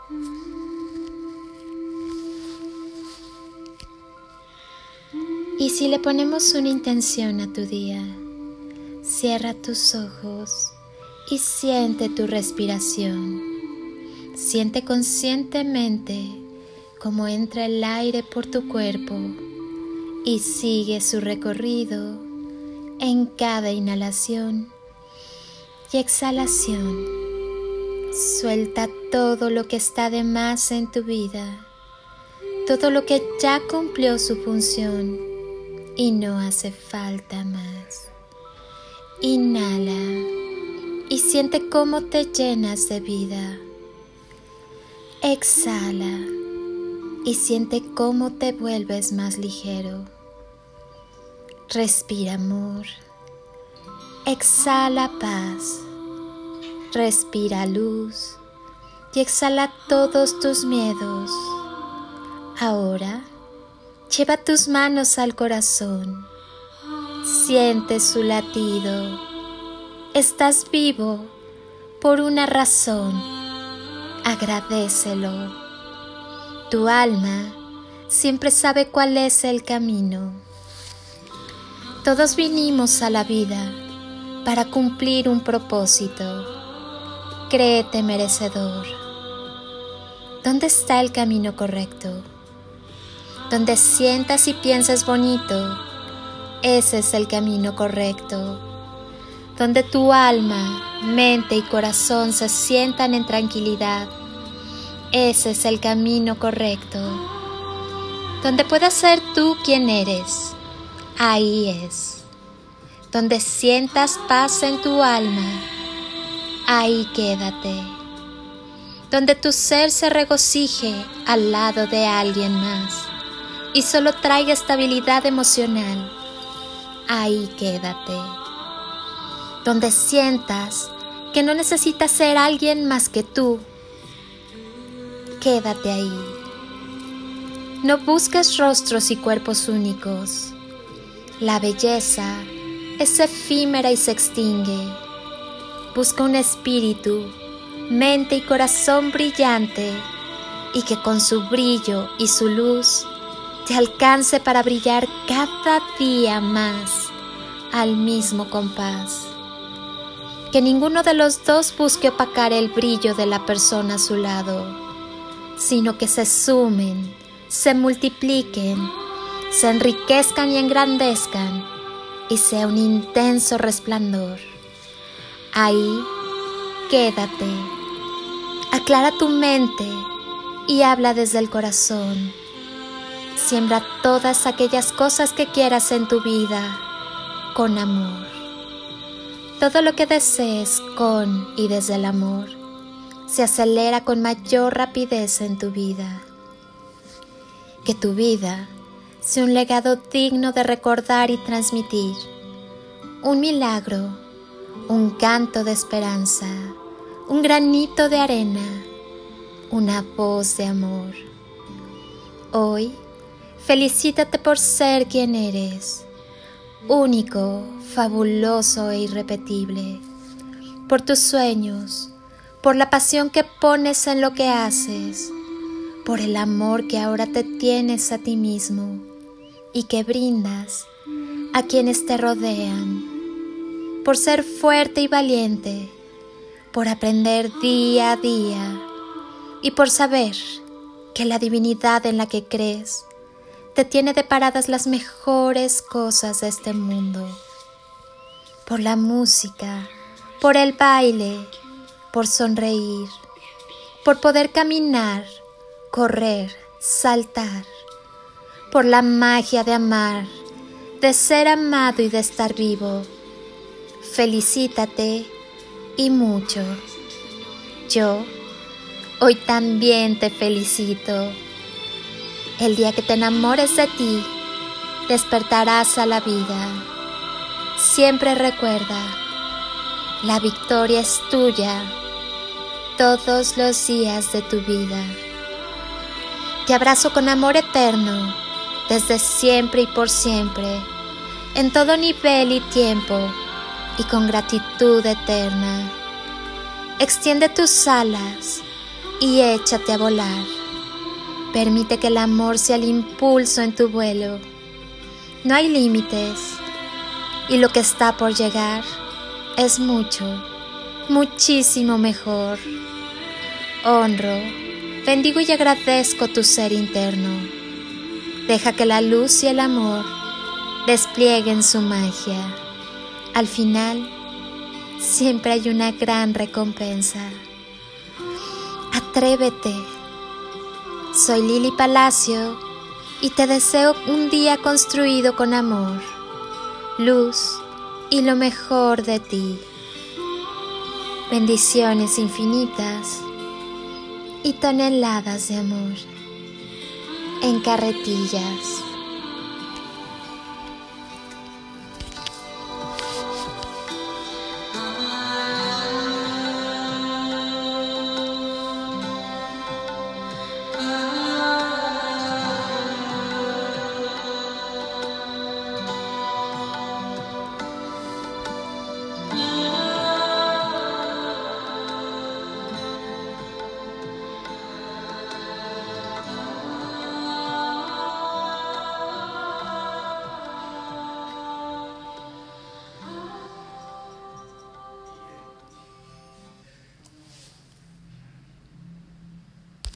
Y si le ponemos una intención a tu día, cierra tus ojos y siente tu respiración. Siente conscientemente cómo entra el aire por tu cuerpo y sigue su recorrido en cada inhalación y exhalación. Suelta todo lo que está de más en tu vida, todo lo que ya cumplió su función y no hace falta más. Inhala y siente cómo te llenas de vida. Exhala y siente cómo te vuelves más ligero. Respira amor. Exhala paz. Respira luz y exhala todos tus miedos. Ahora, lleva tus manos al corazón. Siente su latido. Estás vivo por una razón. Agradécelo. Tu alma siempre sabe cuál es el camino. Todos vinimos a la vida para cumplir un propósito. Créete merecedor. ¿Dónde está el camino correcto? Donde sientas y pienses bonito, ese es el camino correcto. Donde tu alma, mente y corazón se sientan en tranquilidad, ese es el camino correcto. Donde puedas ser tú quien eres, ahí es. Donde sientas paz en tu alma, ahí quédate. Donde tu ser se regocije al lado de alguien más y solo traiga estabilidad emocional, ahí quédate. Donde sientas que no necesitas ser alguien más que tú, quédate ahí. No busques rostros y cuerpos únicos. La belleza es efímera y se extingue. Busca un espíritu, mente y corazón brillante y que con su brillo y su luz te alcance para brillar cada día más al mismo compás. Que ninguno de los dos busque opacar el brillo de la persona a su lado, sino que se sumen, se multipliquen, se enriquezcan y engrandezcan y sea un intenso resplandor. Ahí quédate, aclara tu mente y habla desde el corazón. Siembra todas aquellas cosas que quieras en tu vida con amor. Todo lo que desees con y desde el amor se acelera con mayor rapidez en tu vida. Que tu vida sea un legado digno de recordar y transmitir, un milagro, un canto de esperanza, un granito de arena, una voz de amor. Hoy, felicítate por ser quien eres, único, fabuloso e irrepetible, por tus sueños, por la pasión que pones en lo que haces, por el amor que ahora te tienes a ti mismo y que brindas a quienes te rodean, por ser fuerte y valiente, por aprender día a día y por saber que la divinidad en la que crees te tiene deparadas las mejores cosas de este mundo. Por la música, por el baile, por sonreír, por poder caminar, correr, saltar, por la magia de amar, de ser amado y de estar vivo. Felicítate y mucho. Yo hoy también te felicito. El día que te enamores de ti, despertarás a la vida. Siempre recuerda, la victoria es tuya todos los días de tu vida. Te abrazo con amor eterno, desde siempre y por siempre, en todo nivel y tiempo, y con gratitud eterna. Extiende tus alas, y échate a volar. Permite que el amor sea el impulso en tu vuelo. No hay límites y lo que está por llegar es mucho, muchísimo mejor. Honro, bendigo y agradezco tu ser interno. Deja que la luz y el amor desplieguen su magia. Al final, siempre hay una gran recompensa. Atrévete. Soy Lili Palacio y te deseo un día construido con amor, luz y lo mejor de ti. Bendiciones infinitas y toneladas de amor en carretillas.